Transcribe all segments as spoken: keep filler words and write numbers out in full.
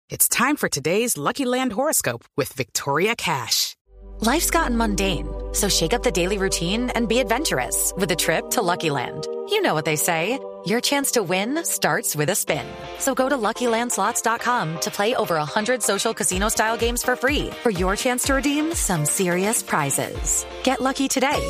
It's time for today's Lucky Land horoscope with Victoria Cash. Life's gotten mundane, so shake up the daily routine and be adventurous with a trip to Lucky Land. You know what they say, your chance to win starts with a spin. So go to Lucky Land Slots dot com to play over one hundred social casino-style games for free for your chance to redeem some serious prizes. Get lucky today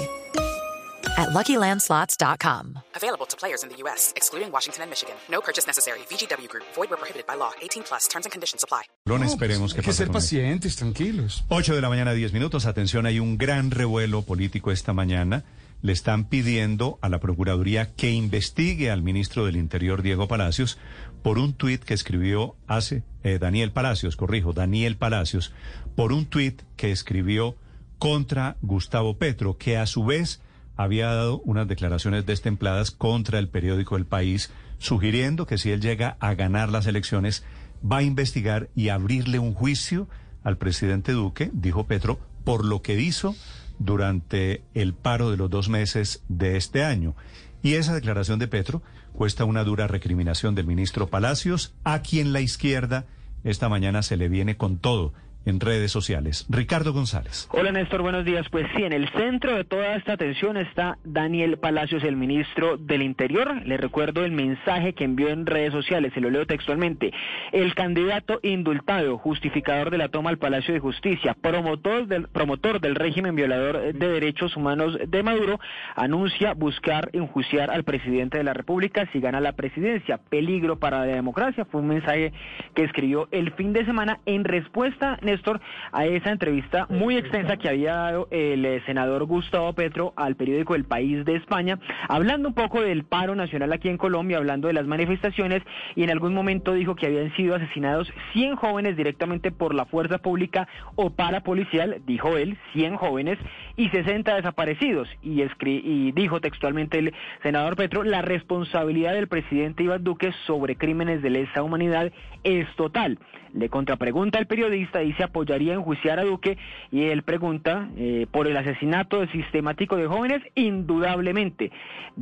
at Lucky Land Slots dot com. Available to players in the U S, excluding Washington and Michigan. No purchase necessary. V G W Group. Void where prohibited by law. eighteen plus. Terms and conditions apply. No, esperemos que Hay que ser pacientes, tranquilos. ocho de la mañana, diez minutos. Atención, hay un gran revuelo político esta mañana. Le están pidiendo a la Procuraduría que investigue al ministro del Interior, Diego Palacios, por un tuit que escribió hace, eh, Daniel Palacios, corrijo, Daniel Palacios, por un tuit que escribió contra Gustavo Petro, que a su vez había dado unas declaraciones destempladas contra el periódico El País, sugiriendo que si él llega a ganar las elecciones, va a investigar y abrirle un juicio al presidente Duque, dijo Petro, por lo que hizo durante el paro de los dos meses de este año. Y esa declaración de Petro cuesta una dura recriminación del ministro Palacios, a quien la izquierda esta mañana se le viene con todo en redes sociales. Ricardo González. Hola Néstor, buenos días. Pues sí, en el centro de toda esta atención está Daniel Palacios, el ministro del Interior. Le recuerdo el mensaje que envió en redes sociales, se lo leo textualmente. El candidato indultado, justificador de la toma al Palacio de Justicia, promotor del, promotor del régimen violador de derechos humanos de Maduro, anuncia buscar enjuiciar al presidente de la República si gana la presidencia. Peligro para la democracia. Fue un mensaje que escribió el fin de semana en respuesta, Néstor, a esa entrevista muy extensa que había dado el eh, senador Gustavo Petro al periódico El País de España, hablando un poco del paro nacional aquí en Colombia, hablando de las manifestaciones, y en algún momento dijo que habían sido asesinados cien jóvenes directamente por la fuerza pública o parapolicial, dijo él, cien jóvenes y sesenta desaparecidos, y, escri- y dijo textualmente el senador Petro, la responsabilidad del presidente Iván Duque sobre crímenes de lesa humanidad es total. Le contrapregunta al periodista, dice apoyaría enjuiciar a Duque, y él pregunta eh, por el asesinato sistemático de jóvenes, indudablemente.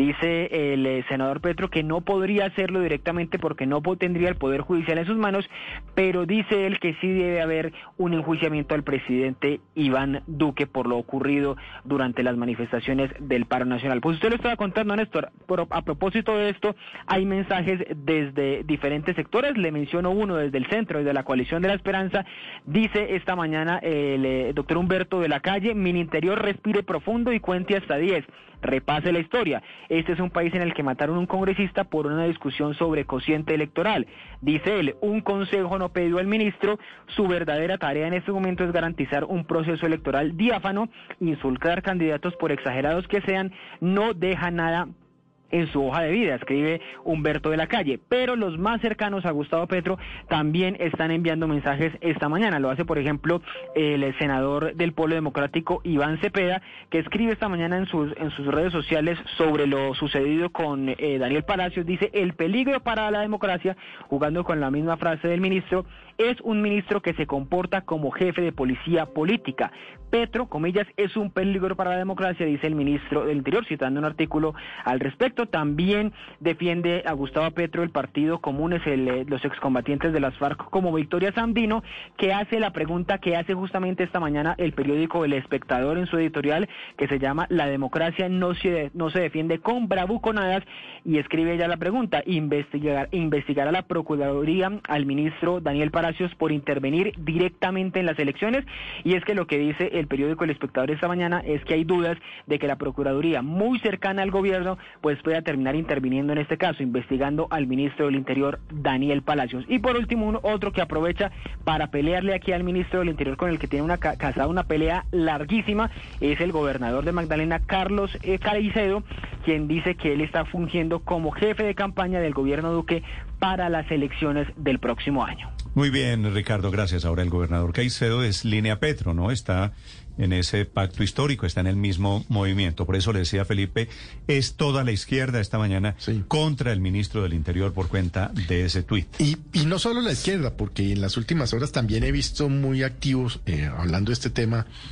Dice el eh, senador Petro que no podría hacerlo directamente porque no tendría el poder judicial en sus manos, pero dice él que sí debe haber un enjuiciamiento al presidente Iván Duque por lo ocurrido durante las manifestaciones del paro nacional. Pues usted lo estaba contando, Néstor, pero a propósito de esto, hay mensajes desde diferentes sectores, le menciono uno desde el centro, desde la Coalición de la Esperanza. Dice esta mañana el eh, doctor Humberto de la Calle, mi interior respire profundo y cuente hasta diez. Repase la historia. Este es un país en el que mataron a un congresista por una discusión sobre cociente electoral. Dice él, un consejo no pidió al ministro, su verdadera tarea en este momento es garantizar un proceso electoral diáfano, insultar candidatos por exagerados que sean, no deja nada en su hoja de vida, escribe Humberto de la Calle, pero los más cercanos a Gustavo Petro también están enviando mensajes esta mañana. Lo hace, por ejemplo, el senador del Polo Democrático, Iván Cepeda, que escribe esta mañana en sus en sus redes sociales sobre lo sucedido con eh, Daniel Palacios. Dice, el peligro para la democracia, jugando con la misma frase del ministro, es un ministro que se comporta como jefe de policía política. Petro, comillas, es un peligro para la democracia, dice el ministro del Interior, citando un artículo al respecto. También defiende a Gustavo Petro el Partido Comunes, el, los excombatientes de las FARC, como Victoria Sandino, que hace la pregunta que hace justamente esta mañana el periódico El Espectador en su editorial, que se llama La democracia no se, no se defiende con bravuconadas, y escribe ella la pregunta, investigar, investigar a la Procuraduría al ministro Daniel Palacios por intervenir directamente en las elecciones. Y es que lo que dice el periódico El Espectador esta mañana es que hay dudas de que la Procuraduría, muy cercana al gobierno, pues pueda terminar interviniendo en este caso, investigando al ministro del Interior, Daniel Palacios. Y por último, uno, otro que aprovecha para pelearle aquí al ministro del Interior, con el que tiene una casada una pelea larguísima, es el gobernador de Magdalena, Carlos eh, Caicedo, quien dice que él está fungiendo como jefe de campaña del gobierno Duque para las elecciones del próximo año. Muy bien, Ricardo, gracias. Ahora el gobernador Caicedo es línea Petro, ¿no? Está en ese pacto histórico, está en el mismo movimiento. Por eso le decía Felipe, es toda la izquierda esta mañana sí. contra el ministro del Interior por cuenta de ese tuit. Y, y no solo la izquierda, porque en las últimas horas también he visto muy activos, eh, hablando de este tema,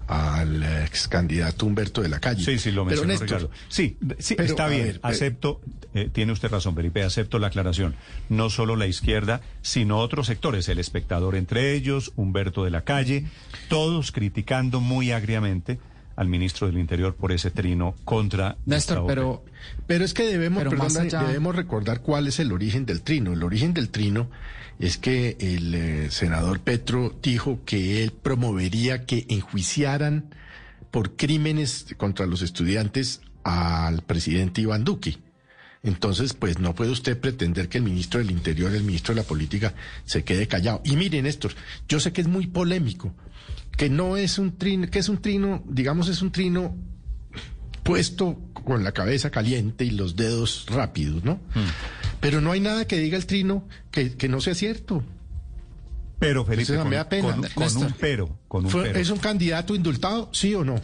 al ex candidato Humberto de la Calle. Sí, sí, lo mencionó Néstor, Ricardo. Sí, sí pero, está bien, ver, acepto, eh, tiene usted razón, Felipe, acepto la aclaración. No solo la izquierda, sino otros sectores, El Espectador entre ellos, Humberto de la Calle, todos criticando muy agriamente al ministro del Interior por ese trino contra Néstor, Gustavo pero, Petro. Pero es que debemos, pero perdón, más allá... debemos recordar cuál es el origen del trino. El origen del trino es que el eh, senador Petro dijo que él promovería que enjuiciaran por crímenes contra los estudiantes al presidente Iván Duque. Entonces, pues no puede usted pretender que el ministro del Interior, el ministro de la Política, se quede callado. Y miren, Néstor, yo sé que es muy polémico, que no es un trino, que es un trino, digamos, es un trino puesto con la cabeza caliente y los dedos rápidos, ¿no? Mm. Pero no hay nada que diga el trino que, que no sea cierto. Pero, Felipe, Entonces, con, me da pena. con, con un pero, con un Fue, pero. ¿Es un candidato indultado, sí o no?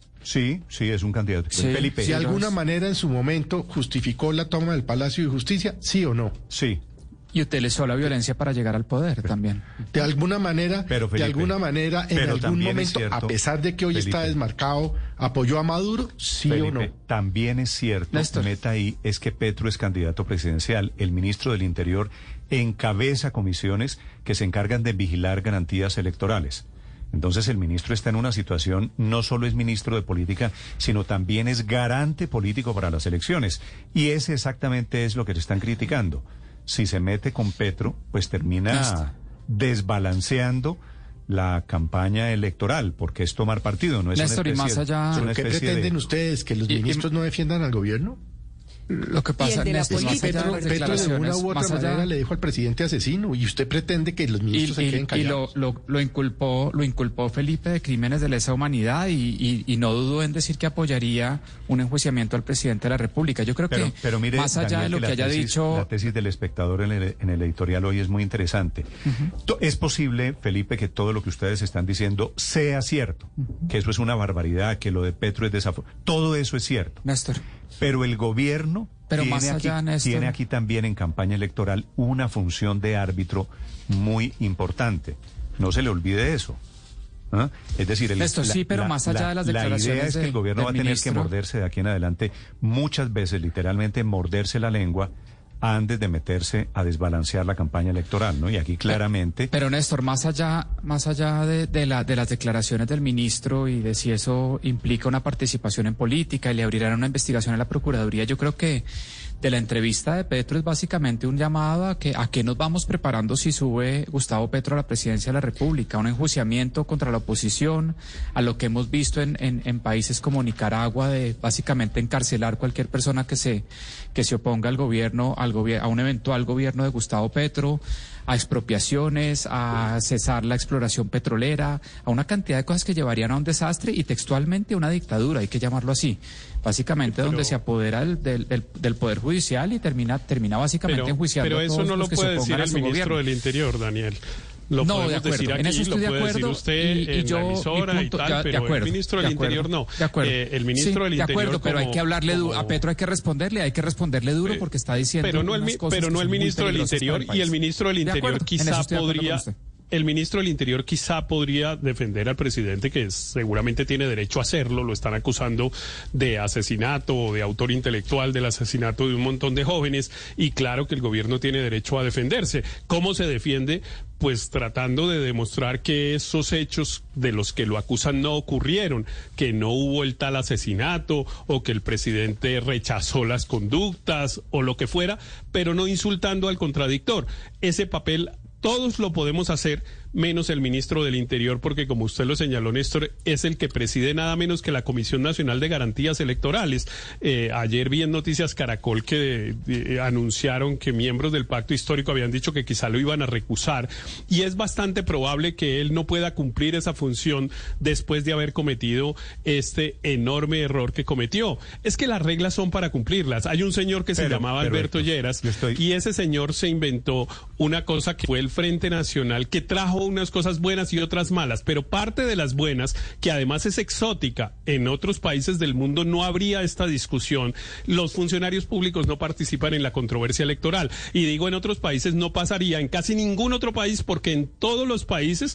Sí, sí, es un candidato. Sí, Felipe. Si de alguna manera en su momento justificó la toma del Palacio de Justicia, sí o no. Sí. Y utilizó la violencia para llegar al poder también. De alguna manera, pero, Felipe, de alguna manera, en algún momento, cierto, a pesar de que hoy Felipe, está desmarcado, apoyó a Maduro, sí Felipe, o no. También es cierto, Néstor. meta ahí, es que Petro es candidato presidencial. El ministro del Interior encabeza comisiones que se encargan de vigilar garantías electorales. Entonces el ministro está en una situación, no solo es ministro de política, sino también es garante político para las elecciones. Y ese exactamente es lo que le están criticando. Si se mete con Petro, pues termina desbalanceando la campaña electoral, porque es tomar partido, no es Néstor, una especie, y más allá... es una ¿Qué especie pretenden de... ustedes? ¿Que los y, ministros y... no defiendan al gobierno? Lo que pasa, de la Néstor, más allá Petro, de las Petro de una u otra más allá... manera le dijo al presidente asesino y usted pretende que los ministros y, se queden y, callados. y lo, lo, lo inculpó lo inculpó Felipe de crímenes de lesa humanidad y, y, y no dudó en decir que apoyaría un enjuiciamiento al presidente de la República. Yo creo pero, que pero mire, más allá Daniel, de lo que, que haya tesis, dicho... La tesis del Espectador en el, en el editorial hoy es muy interesante. Uh-huh. Es posible, Felipe, que todo lo que ustedes están diciendo sea cierto, uh-huh. que eso es una barbaridad, que lo de Petro es desafortunado. Todo eso es cierto. Néstor. Pero el gobierno Pero tiene, más allá, aquí, Néstor... tiene aquí también en campaña electoral una función de árbitro muy importante. No se le olvide eso. ¿Ah? Es decir, el, Néstor, la, sí, pero la, más allá la, de las La declaraciones idea es que el gobierno va a tener ministro... que morderse de aquí en adelante muchas veces, literalmente morderse la lengua antes de meterse a desbalancear la campaña electoral, ¿no? Y aquí claramente... Pero, pero Néstor, más allá, más allá de, de, la, de las declaraciones del ministro y de si eso implica una participación en política y le abrirán una investigación a la Procuraduría, yo creo que de la entrevista de Petro es básicamente un llamado a que a qué nos vamos preparando si sube Gustavo Petro a la presidencia de la República, un enjuiciamiento contra la oposición, a lo que hemos visto en, en, en países como Nicaragua, de básicamente encarcelar cualquier persona que se, que se oponga al gobierno, al gobier- a un eventual gobierno de Gustavo Petro, a expropiaciones, a cesar la exploración petrolera, a una cantidad de cosas que llevarían a un desastre y textualmente a una dictadura, hay que llamarlo así. Básicamente pero, donde se apodera del, del, del, del Poder Judicial y termina, termina básicamente pero, enjuiciando pero a todos eso no los lo que puede se opongan decir a el su ministro gobierno. del Interior, Daniel. Lo no, podemos de acuerdo, decir aquí, en eso estoy lo de puede acuerdo, decir usted y, y en yo, la emisora y, y, punto, tal, ya, pero acuerdo, el ministro del acuerdo, Interior no. De acuerdo. Eh, el ministro sí, del Interior de acuerdo, pero como, hay que hablarle como... duro. A Petro hay que responderle, hay que responderle duro porque está diciendo pero no el, unas cosas pero no el que son ministro muy del peligrosas Interior para el y el ministro del Interior acuerdo, quizá podría... El ministro del Interior quizá podría defender al presidente, que seguramente tiene derecho a hacerlo, lo están acusando de asesinato o de autor intelectual del asesinato de un montón de jóvenes, y claro que el gobierno tiene derecho a defenderse. ¿Cómo se defiende? Pues tratando de demostrar que esos hechos de los que lo acusan no ocurrieron, que no hubo el tal asesinato o que el presidente rechazó las conductas o lo que fuera, pero no insultando al contradictor. Ese papel todos lo podemos hacer, menos el ministro del Interior, porque como usted lo señaló, Néstor, es el que preside nada menos que la Comisión Nacional de Garantías Electorales. Eh, ayer vi en Noticias Caracol que eh, anunciaron que miembros del Pacto Histórico habían dicho que quizá lo iban a recusar, y es bastante probable que él no pueda cumplir esa función después de haber cometido este enorme error que cometió. Es que las reglas son para cumplirlas. Hay un señor que pero, se llamaba Alberto Lleras, estoy... y ese señor se inventó una cosa que fue el Frente Nacional, que trajo unas cosas buenas y otras malas, pero parte de las buenas, que además es exótica, en otros países del mundo no habría esta discusión. Los funcionarios públicos no participan en la controversia electoral, y digo en otros países no pasaría, en casi ningún otro país, porque en todos los países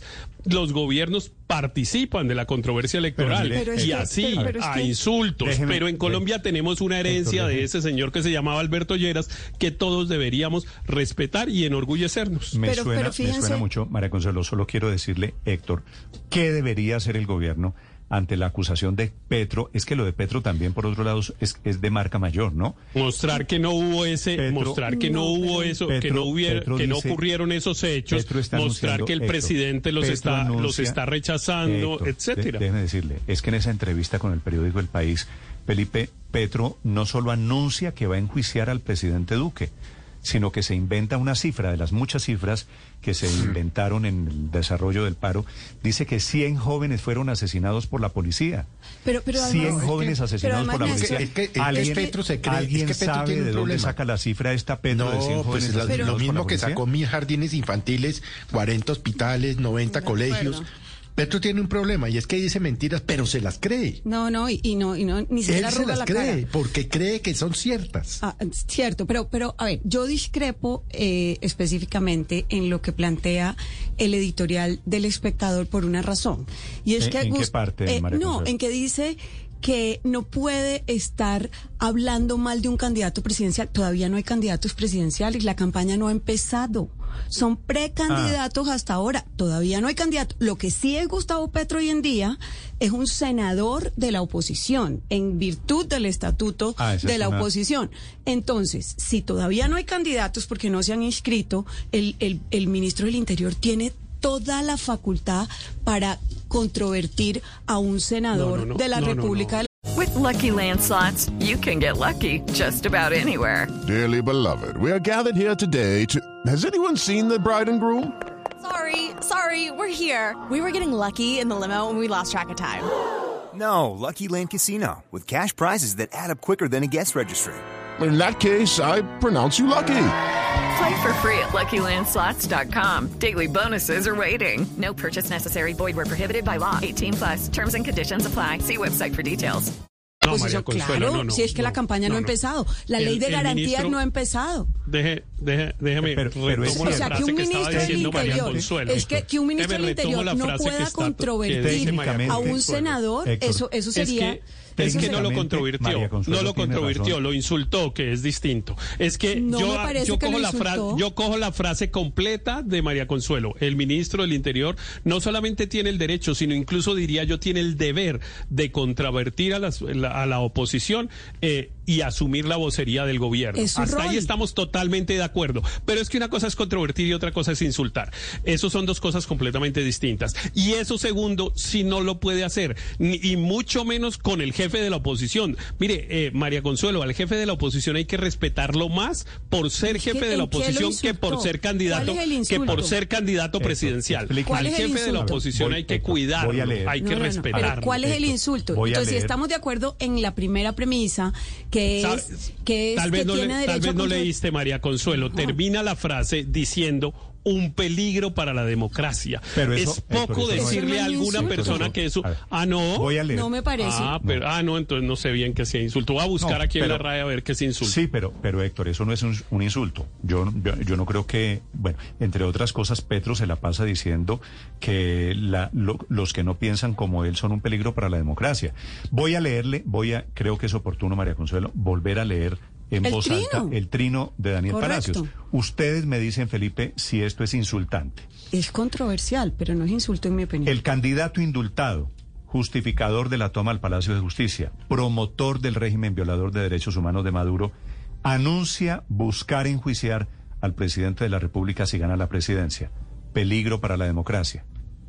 los gobiernos participan de la controversia electoral Pero, pero es y que, así pero, pero es a que, insultos. déjeme, pero en Colombia déjeme, tenemos una herencia Héctor, de ese señor que se llamaba Alberto Lleras que todos deberíamos respetar y enorgullecernos. Me, Pero- suena, pero me fíjense- suena mucho, María Consuelo. Solo quiero decirle, Héctor, ¿qué debería hacer el gobierno ante la acusación de Petro? Es que lo de Petro también, por otro lado, es, es de marca mayor, ¿no? Mostrar que no hubo ese, Petro- mostrar que no, No, hubo pero- eso, que Petro- no hubiera, Petro que no dice- ocurrieron esos hechos, Petro está mostrar anunciando- que el Héctor, presidente los Petro está, los anuncia- está rechazando, Héctor, etcétera. de- déjeme decirle, es que en esa entrevista con el periódico El País, Felipe, Petro no solo anuncia que va a enjuiciar al presidente Duque, sino que se inventa una cifra de las muchas cifras que se inventaron en el desarrollo del paro. Dice que cien jóvenes fueron asesinados por la policía. Pero, pero además- cien es que- jóvenes asesinados pero por la además, policía. Néstor, Es que- es que ¿Alguien, Petro se cree- ¿alguien es que Petro sabe tiene un de dónde problema. saca la cifra esta Petro de cien No, jóvenes pues la- asesinados lo por la mismo que policía? sacó mil jardines infantiles, cuarenta hospitales, noventa De colegios. acuerdo. Petro tiene un problema y es que dice mentiras, pero se las cree. No, no, y, y no, y no, ni siquiera Él se arruga las la cree cara. porque cree que son ciertas. Ah, cierto, pero, pero a ver, yo discrepo eh, específicamente en lo que plantea el editorial del Espectador por una razón. Y es ¿En- que en qué Gus- parte, eh, María no, Consuelo? en que dice que no puede estar hablando mal de un candidato presidencial. Todavía no hay candidatos presidenciales, la campaña no ha empezado. Son precandidatos Ah. hasta ahora, todavía no hay candidato. Lo que sí es Gustavo Petro hoy en día es un senador de la oposición, en virtud del estatuto Ah, esa de es la una- oposición. Entonces, si todavía no hay candidatos porque no se han inscrito, el, el, el ministro del Interior tiene toda la facultad para controvertir a un senador No, no, no, de la no, no, República. no. de With Lucky Land Slots, you can get lucky just about anywhere. Dearly beloved, we are gathered here today to... Has anyone seen the bride and groom? Sorry, sorry, we're here. We were getting lucky in the limo and we lost track of time. No, Lucky Land Casino, with cash prizes that add up quicker than a guest registry. In that case, I pronounce you lucky. Play for free at Lucky Land Slots dot com. Daily bonuses are waiting. No purchase necessary. Void where prohibited by law. eighteen plus. Terms and conditions apply. See website for details. No, Pues María eso, Consuelo, claro, no, no, si es que no, la campaña no, no, ha no. empezado. La El- ley de el garantías ministro- no ha empezado. Deje, deje, déjeme, Pero- pero es retomo la cierto. O sea, que frase un que estaba ministro del diciendo María Interior, Consuelo. es que, que un ministro Déjeme, del retomo Interior la no frase que pueda está- que controvertir dice María a un Consuelo. senador, Héctor, eso, eso Es sería... que, eso es que no lo sería- controvirtió, María Consuelo no lo tiene controvirtió, razón. lo insultó, que es distinto. Es que No yo, me parece yo que cojo lo la frase, insultó. yo cojo la frase completa de María Consuelo. El ministro del Interior no solamente tiene el derecho, sino incluso diría yo tiene el deber de contravertir a, las- la, a la oposición eh, y asumir la vocería del gobierno. Es su Hasta rol. ahí estamos totalmente de acuerdo. Pero es que una cosa es controvertir y otra cosa es insultar. Esos son dos cosas completamente distintas. Y eso segundo, si no lo puede hacer, ni- y mucho menos con el jefe de la oposición. Mire, eh, María Consuelo, al jefe de la oposición hay que respetarlo más por ser ¿Es que jefe de la en qué lo oposición que por insultó? ser candidato, ¿Cuál es el que por insulto? ser candidato Héctor, presidencial. explíqueme. ¿Cuál Al es el jefe de la insulto? oposición Voy- hay que Héctor, cuidarlo, voy a leer. hay que No, no, no, respetarlo. pero ¿cuál es el Héctor, insulto? voy a Entonces, si leer. estamos de acuerdo en la primera premisa, que Sa- es que, es tal vez que no, le- tiene tal derecho vez a no control- leíste, María Consuelo. Ajá. Termina la frase diciendo un peligro para la democracia. Pero eso- es poco Héctor, eso no- decirle Eso a no es alguna insulto. persona que eso... A ver, Ah, no. Voy a leer. No me parece. Ah, pero, ah, no, entonces no sé bien que sea insulto. Voy a buscar No, aquí en pero- la R A E a ver qué es insulto. Sí, pero, pero Héctor, eso no es un, un insulto. Yo, yo, yo no creo que, bueno, entre otras cosas, Petro se la pasa diciendo que la, lo- los que no piensan como él son un peligro para la democracia. Voy a leerle, voy a, creo que es oportuno, María Consuelo, volver a leer en El voz trino. alta el trino de Daniel Correcto. Palacios. Ustedes me dicen, Felipe, si esto es insultante. Es controversial, pero no es insulto en mi opinión. El candidato indultado, justificador de la toma al Palacio de Justicia, promotor del régimen violador de derechos humanos de Maduro, anuncia buscar enjuiciar al presidente de la República si gana la presidencia. Peligro para la democracia.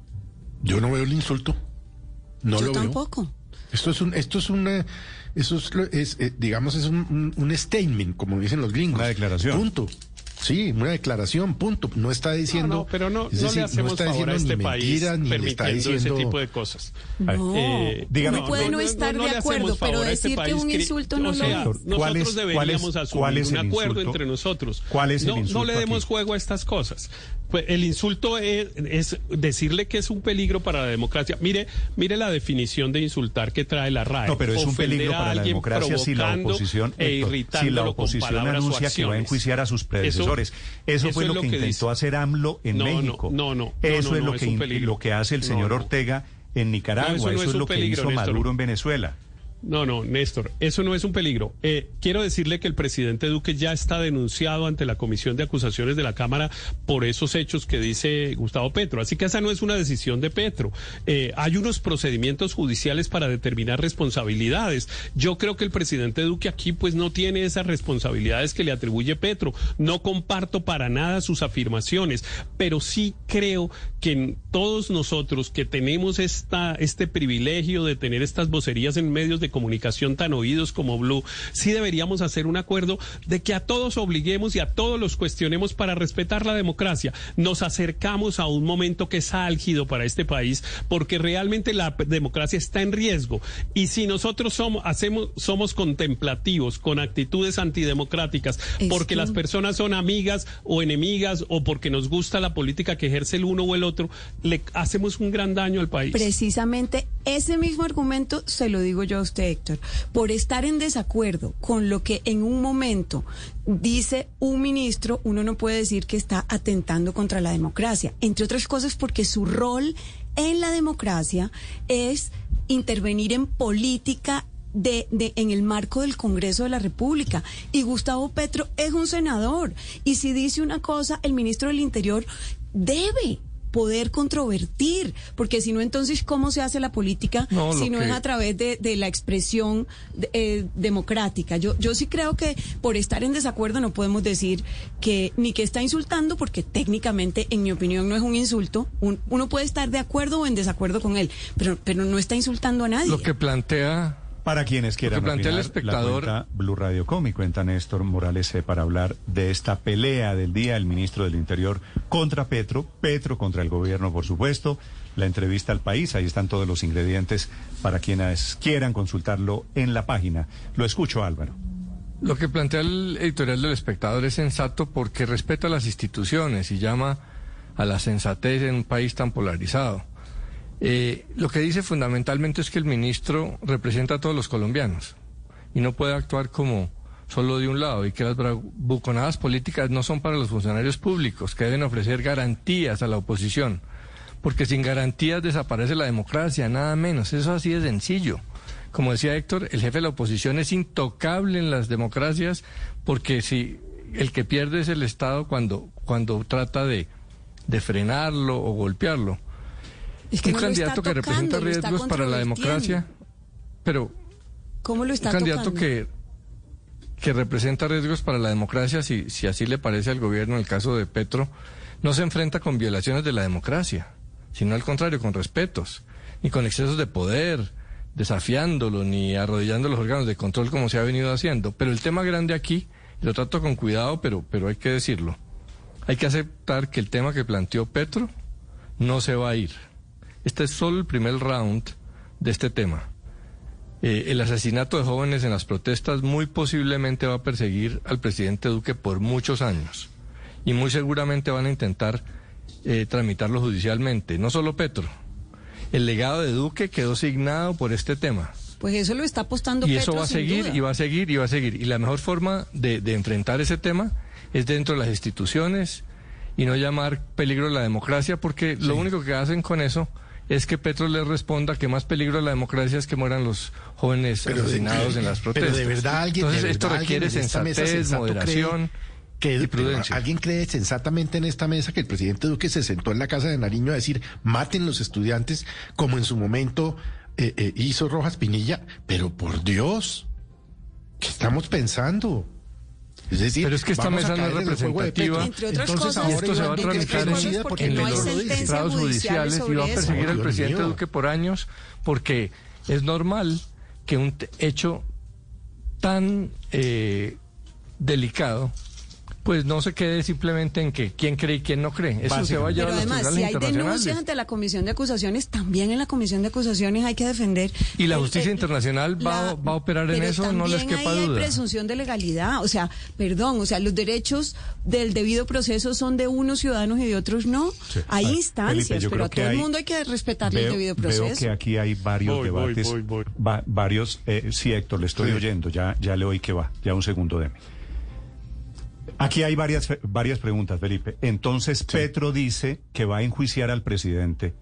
Yo no veo el insulto. No Yo lo veo. tampoco. Esto es un, esto es una, eso es, lo- es, eh, digamos, es un, un, un statement, como dicen los gringos. Una declaración. Punto. Sí, una declaración, punto. No está diciendo. No, no, pero no, es no decir, le hacemos está favor a diciendo este ni país mentiras, ni le está permitiendo diciendo. ese tipo de cosas. No, Eh, dígame- uno puede no, estar no de le acuerdo, hacemos pero favor a este decir que país un que- insulto o no sea, lo es. ¿cuál nosotros es- cuál deberíamos es- asumir cuál es un el acuerdo insulto? entre nosotros. ¿Cuál es el no, insulto no le demos aquí? juego a estas cosas. Pues el insulto es, es decirle que es un peligro para la democracia. Mire, mire la definición de insultar que trae la R A E. No, pero es un peligro para la democracia si la oposición, e Héctor, si la oposición anuncia que va a enjuiciar a sus predecesores. Eso, eso, eso fue lo, lo que, que intentó dice. hacer AMLO en no, México. No, no, no. Eso no, no, es, no, lo, es que, lo que hace el señor no, no. Ortega en Nicaragua. No, eso, no eso es, es lo peligro, que hizo Néstor. Maduro en Venezuela. No, no, Néstor, eso no es un peligro. Eh, quiero decirle que el presidente Duque ya está denunciado ante la Comisión de Acusaciones de la Cámara por esos hechos que dice Gustavo Petro. Así que esa no es una decisión de Petro. Eh, hay unos procedimientos judiciales para determinar responsabilidades. Yo creo que el presidente Duque aquí pues no tiene esas responsabilidades que le atribuye Petro. No comparto para nada sus afirmaciones, pero sí creo que todos nosotros que tenemos esta, este privilegio de tener estas vocerías en medios de comunicación tan oídos como Blue, sí deberíamos hacer un acuerdo de que a todos obliguemos y a todos los cuestionemos para respetar la democracia. Nos acercamos a un momento que es álgido para este país porque realmente la democracia está en riesgo y si nosotros somos, hacemos, somos contemplativos con actitudes antidemocráticas es porque que... las personas son amigas o enemigas o porque nos gusta la política que ejerce el uno o el otro, le hacemos un gran daño al país. Precisamente ese mismo argumento se lo digo yo a usted, Héctor, por estar en desacuerdo con lo que en un momento dice un ministro, uno no puede decir que está atentando contra la democracia, entre otras cosas porque su rol en la democracia es intervenir en política de, de en el marco del Congreso de la República, y Gustavo Petro es un senador, y si dice una cosa, el ministro del Interior debe poder controvertir, porque si no, entonces, ¿cómo se hace la política no, si no que... es a través de, de la expresión eh, democrática? Yo, yo sí creo que por estar en desacuerdo no podemos decir que ni que está insultando, porque técnicamente, en mi opinión, no es un insulto. Un, uno puede estar de acuerdo o en desacuerdo con él, pero, pero no está insultando a nadie. Lo que plantea... Para quienes quieran plantea opinar, el espectador... la cuenta Blue Radio Com y cuenta Néstor Morales eh, para hablar de esta pelea del día, el ministro del Interior contra Petro, Petro contra el gobierno, por supuesto, la entrevista al país, ahí están todos los ingredientes para quienes quieran consultarlo en la página. Lo escucho, Álvaro. Lo que plantea el editorial del espectador es sensato porque respeta las instituciones y llama a la sensatez en un país tan polarizado. Eh, lo que dice fundamentalmente es que el ministro representa a todos los colombianos y no puede actuar como solo de un lado, y que las bravuconadas políticas no son para los funcionarios públicos, que deben ofrecer garantías a la oposición, porque sin garantías desaparece la democracia, nada menos. Eso así de sencillo. Como decía Héctor, el jefe de la oposición es intocable en las democracias, porque si el que pierde es el Estado cuando, cuando trata de, de frenarlo o golpearlo. Es que un no candidato tocando, que representa riesgos para la democracia, pero ¿cómo lo está un candidato tocando? que que representa riesgos para la democracia, si si así le parece al gobierno, en el caso de Petro, no se enfrenta con violaciones de la democracia, sino al contrario, con respetos, ni con excesos de poder, desafiándolo, ni arrodillando los órganos de control como se ha venido haciendo. Pero el tema grande aquí, y lo trato con cuidado, pero pero hay que decirlo, hay que aceptar que el tema que planteó Petro no se va a ir. Este es solo el primer round de este tema. Eh, el asesinato de jóvenes en las protestas muy posiblemente va a perseguir al presidente Duque por muchos años. Y muy seguramente van a intentar eh, tramitarlo judicialmente. No solo Petro. El legado de Duque quedó signado por este tema. Pues eso lo está apostando y Petro. Y eso va a seguir, y va a seguir, y va a seguir. Y la mejor forma de, de enfrentar ese tema es dentro de las instituciones y no llamar peligro a la democracia, porque sí. Lo único que hacen con eso es que Petro le responda que más peligro a la democracia es que mueran los jóvenes pero asesinados de, en las protestas. Pero de verdad alguien... Entonces de esto verdad, requiere sensatez, moderación cree que, y prudencia. ¿Alguien cree sensatamente en esta mesa que el presidente Duque se sentó en la casa de Nariño a decir maten los estudiantes como en su momento eh, eh, hizo Rojas Pinilla? Pero por Dios, ¿qué estamos pensando? Es decir, pero es que esta mesa no es representativa. Entre otras Entonces, cosas, esto se va a tramitar en, en no los estrados judiciales y va a perseguir al presidente mío. Duque por años, porque es normal que un hecho tan eh, delicado pues no se quede simplemente en que quién cree y quién no cree. Eso se va a llevar Pero a los además, tribunales si hay internacionales. denuncias ante la Comisión de Acusaciones, también en la Comisión de Acusaciones hay que defender. Y la el- justicia el- internacional va, la- va a operar en pero eso, no les también quepa ahí duda. hay presunción de legalidad, o sea, perdón, o sea, los derechos del debido proceso son de unos ciudadanos y de otros no. Sí. Hay Ah, instancias, Felipe, yo pero creo a que todo hay- el mundo hay que respetarle Veo, el debido proceso. veo que aquí hay varios Voy, voy, debates. voy, voy. va- varios, eh, sí, Héctor, le estoy Sí. oyendo, ya, ya le oí que va, ya un segundo de mí. Aquí hay varias, fe- varias preguntas, Felipe. Entonces, Petro dice que va a enjuiciar al presidente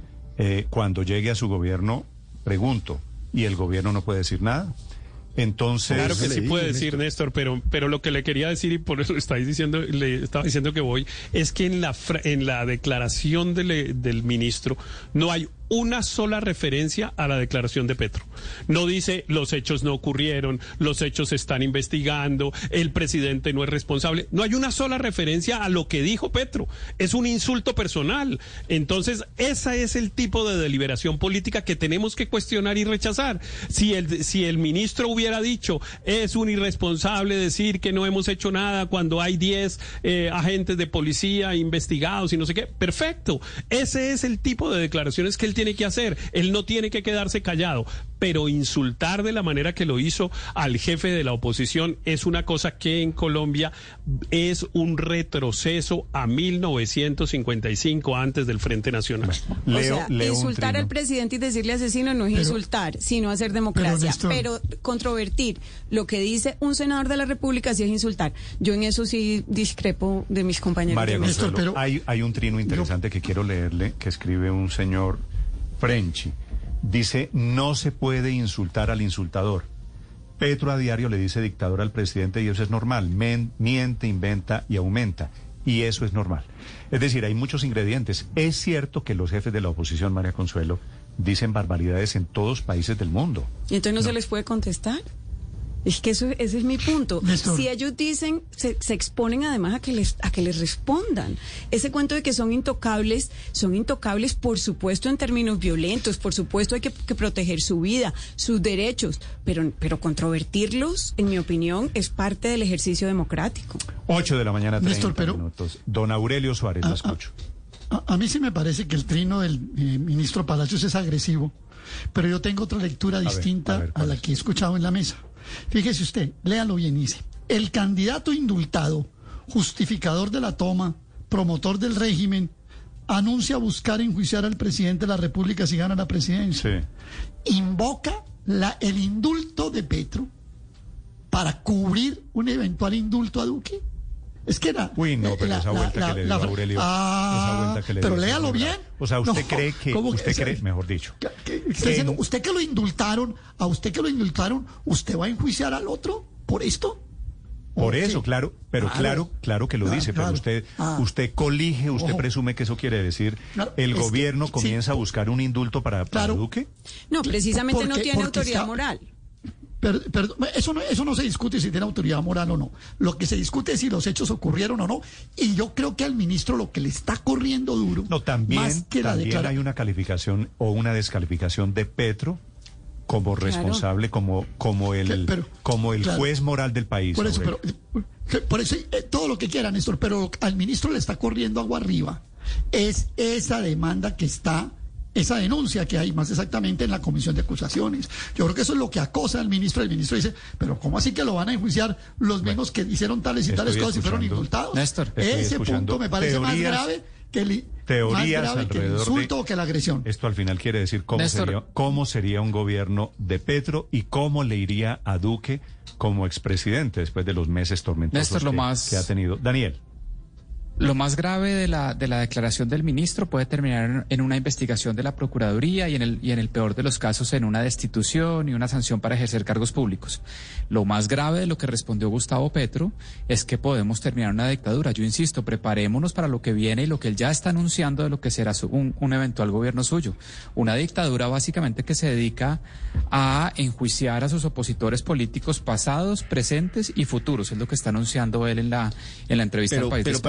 eh, cuando llegue a su gobierno, pregunto, ¿y el gobierno no puede decir nada? Entonces, Claro que le sí digo, puede Néstor. decir, Néstor, pero, pero lo que le quería decir, y por eso estáis diciendo, le estaba diciendo que voy, es que en la, fra- en la declaración del, del ministro no hay una sola referencia a la declaración de Petro. No dice los hechos no ocurrieron, los hechos se están investigando, el presidente no es responsable. No hay una sola referencia a lo que dijo Petro. Es un insulto personal. Entonces, ese es el tipo de deliberación política que tenemos que cuestionar y rechazar. Si el, si el ministro hubiera dicho, es un irresponsable decir que no hemos hecho nada cuando hay diez eh, agentes de policía investigados y no sé qué, perfecto. Ese es el tipo de declaraciones que él tiene que hacer. Él no tiene que quedarse callado, pero insultar de la manera que lo hizo al jefe de la oposición es una cosa que en Colombia es un retroceso a mil novecientos cincuenta y cinco, antes del Frente Nacional. O Leo, sea, leo un insultar trino. al presidente y decirle asesino no es Pero- insultar, sino hacer democracia. pero, Pero, Néstor- controvertir lo que dice un senador de la República sí es insultar. Yo en eso sí discrepo de mis compañeros. María de mesa. Néstor, Consuelo, pero- hay, hay un trino interesante que quiero leerle, que escribe un señor Frenchi. Dice, no se puede insultar al insultador. Petro a diario le dice dictador al presidente y eso es normal. Men- miente, inventa y aumenta. Y eso es normal. Es decir, hay muchos ingredientes. Es cierto que los jefes de la oposición, María Consuelo, dicen barbaridades en todos los países del mundo. ¿Y entonces no, No. se les puede contestar? Es que eso, ese es mi punto. Néstor. Si ellos dicen, se, se exponen además a que les a que les respondan. Ese cuento de que son intocables, son intocables, por supuesto, en términos violentos, por supuesto hay que, que proteger su vida, sus derechos, pero, pero controvertirlos, en mi opinión, es parte del ejercicio democrático. Ocho de la mañana, treinta Néstor, pero- minutos. Don Aurelio Suárez, la Ah, ah, escucho. A, a mí sí me parece que el trino del eh, ministro Palacios es agresivo, pero yo tengo otra lectura ver, distinta a ver, a, ¿cuál la es? que he escuchado en la mesa. Fíjese usted, léalo bien, dice, el candidato indultado, justificador de la toma, promotor del régimen, anuncia buscar enjuiciar al presidente de la República si gana la presidencia. Sí. Invoca la, el indulto de Petro para cubrir un eventual indulto a Duque. Es que era... Uy, no, pero la- esa la- vuelta la- que le dio la- Aurelio. Ah, esa vuelta que le pero dio, léalo es muy bien. bravo. O sea, ¿usted No, cree que, ¿cómo usted que- cree, mejor dicho, que- que- que está diciendo, en- usted que lo indultaron, a usted que lo indultaron, ¿usted va a enjuiciar al otro por esto? por ¿O qué? eso, claro, pero Claro. claro, claro que lo Claro, dice, pero claro. usted, Ah. usted colige, usted Ojo. presume que eso quiere decir, Claro, el es que- gobierno sí, comienza a po- buscar un indulto para, para Claro. Duque. No, precisamente no Porque- tiene porque autoridad está- moral. Per- perdón, eso, no, eso no se discute si tiene autoridad moral o no. Lo que se discute es si los hechos ocurrieron o no. Y yo creo que al ministro lo que le está corriendo duro, No, también, más que la también declara- hay una calificación o una descalificación de Petro como Claro. responsable, como, como el, Que- pero- como el claro. juez moral del país. Por eso, Aurelio. pero, que- por eso eh, todo lo que quiera, Néstor, pero al ministro le está corriendo agua arriba. Es esa demanda que está, esa denuncia que hay más exactamente en la comisión de acusaciones. Yo creo que eso es lo que acosa al ministro. El ministro dice, pero ¿cómo así que lo van a enjuiciar los mismos que hicieron tales y tales estoy cosas y fueron escuchando- indultados? Néstor, estoy Ese escuchando punto me parece más teorías- grave que el, más teorías grave que el alrededor insulto de- o que la agresión. Esto al final quiere decir cómo Néstor. sería, cómo sería un gobierno de Petro y cómo le iría a Duque como expresidente después de los meses tormentosos Néstor, lo que, más- que ha tenido. Daniel. Lo más grave de la, de la declaración del ministro puede terminar en, en una investigación de la Procuraduría y en, el, y en el peor de los casos en una destitución y una sanción para ejercer cargos públicos. Lo más grave de lo que respondió Gustavo Petro es que podemos terminar una dictadura. Yo insisto, preparémonos para lo que viene y lo que él ya está anunciando de lo que será su- un, un eventual gobierno suyo. Una dictadura básicamente que se dedica a enjuiciar a sus opositores políticos pasados, presentes y futuros. Es lo que está anunciando él en la, en la entrevista Pero, al país de pero España. para que Entonces,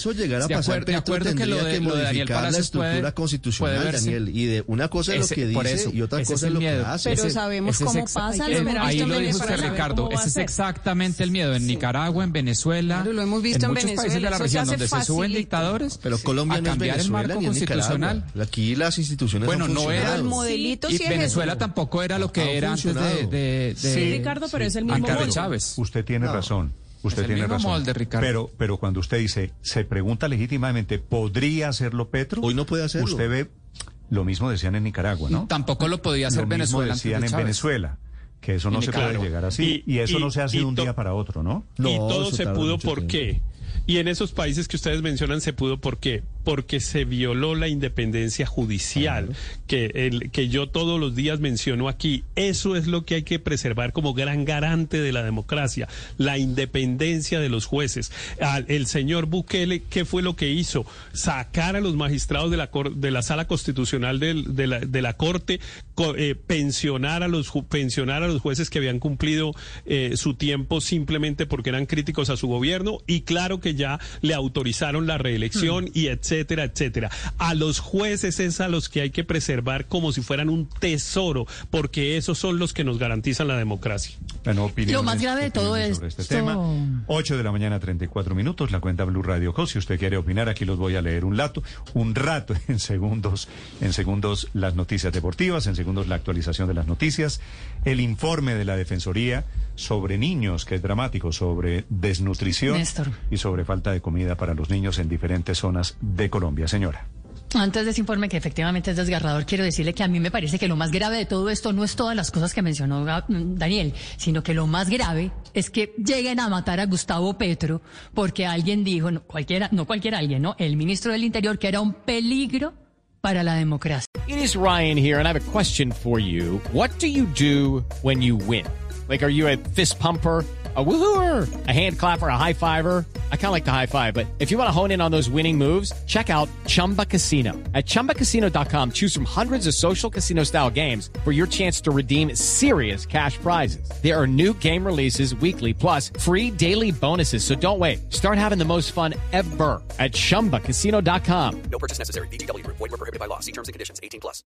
eso llegara a De pasar, acuerdo- de Petro acuerdo que tendría lo de- que lo de Daniel modificar la Palacios estructura puede- constitucional, puede verse. Daniel. Y de una cosa es Ese- lo que por dice eso, y otra ese cosa es es lo el que miedo. hace. Pero Ese- sabemos ese es cómo exa- pasa, eh, lo hemos ahí visto en lo dijo Venezuela, usted, sabe Ricardo. cómo va Ese a es ser. exactamente el miedo. En Nicaragua, en Venezuela, Claro, lo hemos visto en muchos países de Venezuela, la eso se región hace donde se suben facilito. dictadores Pero Colombia a no es cambiar el Venezuela marco ni es constitucional. Nicaragua. Aquí las instituciones Bueno, han no era funcionado. El modelito Y sí es Venezuela eso. tampoco era lo que Ha era antes de, funcionado. de, de Sí, Ricardo, pero es el mismo Ankara molde. Chávez. Usted tiene No. razón. Usted Es el tiene mismo razón. molde, Ricardo. Pero, pero cuando usted dice, se pregunta legítimamente, ¿podría hacerlo Petro? Hoy no puede hacerlo. Usted ve, lo mismo decían en Nicaragua, ¿no? Tampoco lo podía hacer Lo mismo Venezuela antes de decían en Chávez. Venezuela, que eso Y no se Nicaragua. puede llegar así. Y, Y- eso y- no se hace y de un to- día para otro, ¿no? y No, todo eso se tarda pudo mucho ¿por tiempo. qué? Y en esos países que ustedes mencionan se pudo ¿por qué? Porque se violó la independencia judicial, que, el, que yo todos los días menciono aquí. Eso es lo que hay que preservar como gran garante de la democracia, la independencia de los jueces. Al- el señor Bukele, ¿qué fue lo que hizo? Sacar a los magistrados de la, cor- de la sala constitucional del- de, la, de la Corte, co- eh, pensionar, a los, ju- pensionar a los jueces que habían cumplido eh, su tiempo simplemente porque eran críticos a su gobierno, y claro que ya le autorizaron la reelección y etcétera, etcétera. A los jueces es a los que hay que preservar como si fueran un tesoro, porque esos son los que nos garantizan la democracia. Bueno, opiniones, Lo más grave de todo opiniones es sobre este esto- tema. ocho de la mañana, treinta y cuatro minutos, la cuenta Blue Radio Co. Si usted quiere opinar, aquí los voy a leer un rato, un rato, en segundos, en segundos las noticias deportivas, en segundos la actualización de las noticias, el informe de la Defensoría sobre niños, que es dramático, sobre desnutrición Néstor. y sobre falta de comida para los niños en diferentes zonas de Colombia. Señora. Antes de ese informe, que efectivamente es desgarrador, quiero decirle que a mí me parece que lo más grave de todo esto no es todas las cosas que mencionó Ga- Daniel, sino que lo más grave es que lleguen a matar a Gustavo Petro porque alguien dijo, no cualquiera, no cualquier alguien, ¿no? El ministro del Interior, que era un peligro para la democracia. It is Ryan here, and I have a question for you. What do you do when you win? Like, are you a fist pumper, a woohooer, a hand clapper, a high fiver? I kind of like the high five, but if you want to hone in on those winning moves, check out Chumba Casino. At chumba casino dot com, choose from hundreds of social casino style games for your chance to redeem serious cash prizes. There are new game releases weekly, plus free daily bonuses. So don't wait. Start having the most fun ever at chumba casino dot com. No purchase necessary. V G W Group. Void where prohibited by law. See terms and conditions. eighteen plus.